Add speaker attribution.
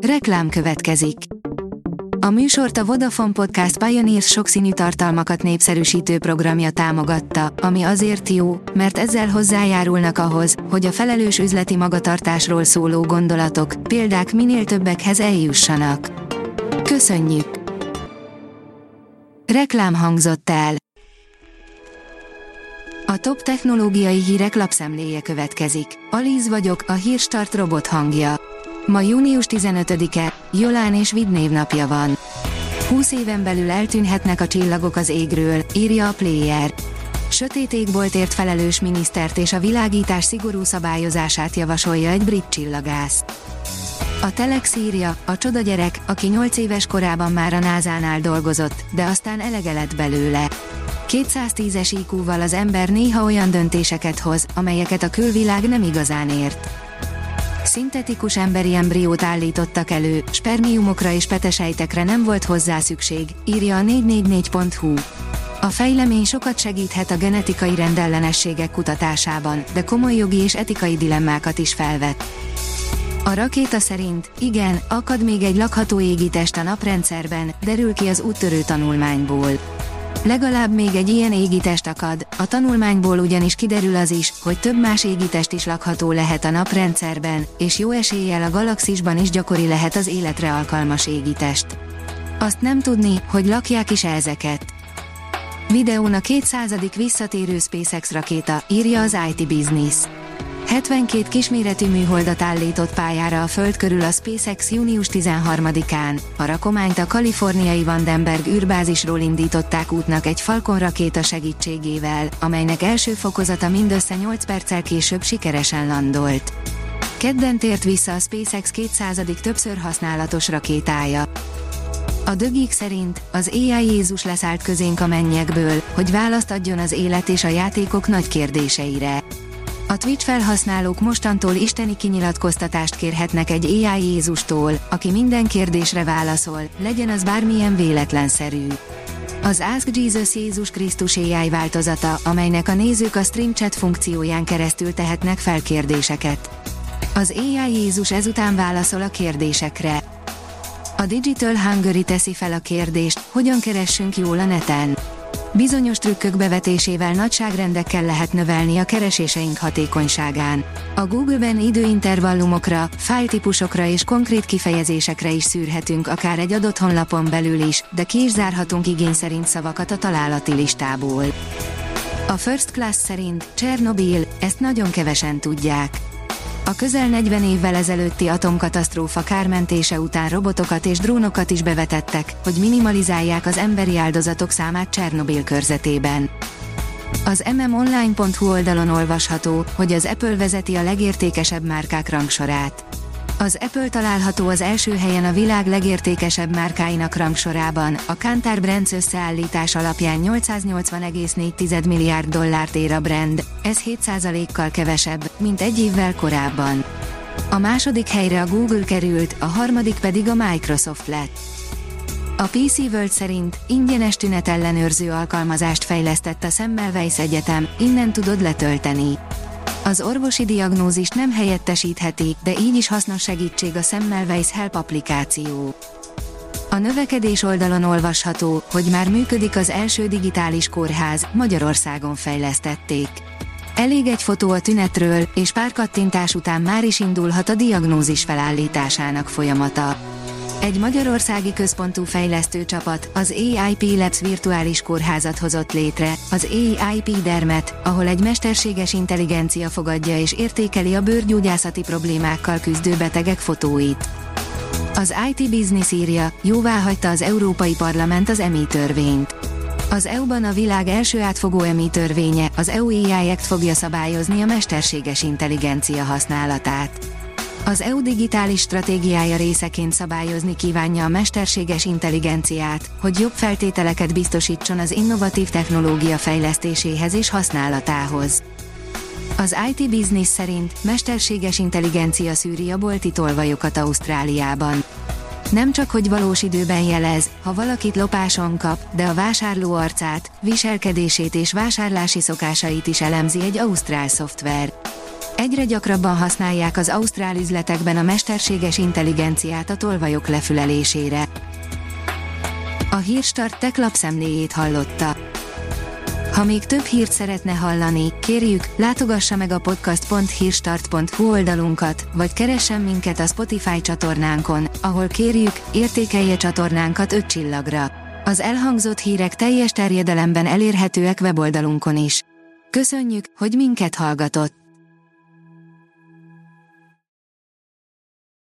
Speaker 1: Reklám következik. A műsort a Vodafone Podcast Pioneers sokszínű tartalmakat népszerűsítő programja támogatta, ami azért jó, mert ezzel hozzájárulnak ahhoz, hogy a felelős üzleti magatartásról szóló gondolatok, példák minél többekhez eljussanak. Köszönjük! Reklám hangzott el. A top technológiai hírek lapszemléje következik. Alíz vagyok, a Hírstart robot hangja. Ma június 15-e, Jolán és Vid névnapja van. 20 éven belül eltűnhetnek a csillagok az égről, írja a Player. Sötét égboltért felelős minisztert és a világítás szigorú szabályozását javasolja egy brit csillagász. A Telex írja, a csoda gyerek, aki 8 éves korában már a NASA-nál dolgozott, de aztán elege lett belőle. 210-es IQ-val az ember néha olyan döntéseket hoz, amelyeket a külvilág nem igazán ért. Szintetikus emberi embriót állítottak elő, spermiumokra és petesejtekre nem volt hozzá szükség, írja a 444.hu. A fejlemény sokat segíthet a genetikai rendellenességek kutatásában, de komoly jogi és etikai dilemmákat is felvet. A rakéta szerint, igen, akad még egy lakható égitest a naprendszerben, derül ki az úttörő tanulmányból. Legalább még egy ilyen égitest akad, a tanulmányból ugyanis kiderül az is, hogy több más égitest is lakható lehet a naprendszerben, és jó eséllyel a galaxisban is gyakori lehet az életre alkalmas égitest. Azt nem tudni, hogy lakják is ezeket. Videón a 200. visszatérő SpaceX rakéta, írja az IT Business. 72 kisméretű műholdat állított pályára a Föld körül a SpaceX június 13-án, a rakományt a kaliforniai Vandenberg űrbázisról indították útnak egy Falcon rakéta segítségével, amelynek első fokozata mindössze 8 perccel később sikeresen landolt. Kedden tért vissza a SpaceX 200. többször használatos rakétája. A The Geek szerint az AI Jézus leszállt közénk a mennyekből, hogy választ adjon az élet és a játékok nagy kérdéseire. A Twitch felhasználók mostantól isteni kinyilatkoztatást kérhetnek egy AI Jézustól, aki minden kérdésre válaszol, legyen az bármilyen véletlenszerű. Az Ask Jesus Jézus Krisztus AI változata, amelynek a nézők a Stream Chat funkcióján keresztül tehetnek fel kérdéseket. Az AI Jézus ezután válaszol a kérdésekre. A Digital Hungary teszi fel a kérdést, hogyan keressünk jól a neten. Bizonyos trükkök bevetésével nagyságrendekkel lehet növelni a kereséseink hatékonyságán. A Google-ben időintervallumokra, fájltípusokra és konkrét kifejezésekre is szűrhetünk akár egy adott honlapon belül is, de ki is zárhatunk igény szerint szavakat a találati listából. A First Class szerint Csernobil, ezt nagyon kevesen tudják. A közel 40 évvel ezelőtti atomkatasztrófa kármentése után robotokat és drónokat is bevetettek, hogy minimalizálják az emberi áldozatok számát Csernobil körzetében. Az mmonline.hu oldalon olvasható, hogy az Apple vezeti a legértékesebb márkák rangsorát. Az Apple található az első helyen a világ legértékesebb márkáinak rangsorában, a Kantar Brands összeállítás alapján 880,4 milliárd dollárt ér a brand, ez 7%-kal kevesebb, mint egy évvel korábban. A második helyre a Google került, a harmadik pedig a Microsoft lett. A PC World szerint ingyenes tünetellenőrző alkalmazást fejlesztett a Semmelweis Egyetem, innen tudod letölteni. Az orvosi diagnózist nem helyettesítheti, de így is hasznos segítség a Semmelweis Help applikáció. A növekedés oldalon olvasható, hogy már működik az első digitális kórház, Magyarországon fejlesztették. Elég egy fotó a tünetről, és pár kattintás után már is indulhat a diagnózis felállításának folyamata. Egy magyarországi központú fejlesztőcsapat, az AIP Labs virtuális kórházat hozott létre, az AIP Dermet, ahol egy mesterséges intelligencia fogadja és értékeli a bőrgyógyászati problémákkal küzdő betegek fotóit. Az IT Business írja, jóváhagyta az Európai Parlament az EMI törvényt. Az EU-ban a világ első átfogó EMI törvénye, az EU AI Act fogja szabályozni a mesterséges intelligencia használatát. Az EU digitális stratégiája részeként szabályozni kívánja a mesterséges intelligenciát, hogy jobb feltételeket biztosítson az innovatív technológia fejlesztéséhez és használatához. Az IT Business szerint mesterséges intelligencia szűri a bolti tolvajokat Ausztráliában. Nem csak hogy valós időben jelez, ha valakit lopáson kap, de a vásárló arcát, viselkedését és vásárlási szokásait is elemzi egy ausztrál szoftver. Egyre gyakrabban használják az ausztrál üzletekben a mesterséges intelligenciát a tolvajok lefülelésére. A Hírstart Tech lapszemléjét hallotta. Ha még több hírt szeretne hallani, kérjük, látogassa meg a podcast.hírstart.hu oldalunkat, vagy keressen minket a Spotify csatornánkon, ahol kérjük, értékelje csatornánkat 5 csillagra. Az elhangzott hírek teljes terjedelemben elérhetőek weboldalunkon is. Köszönjük, hogy minket hallgatott!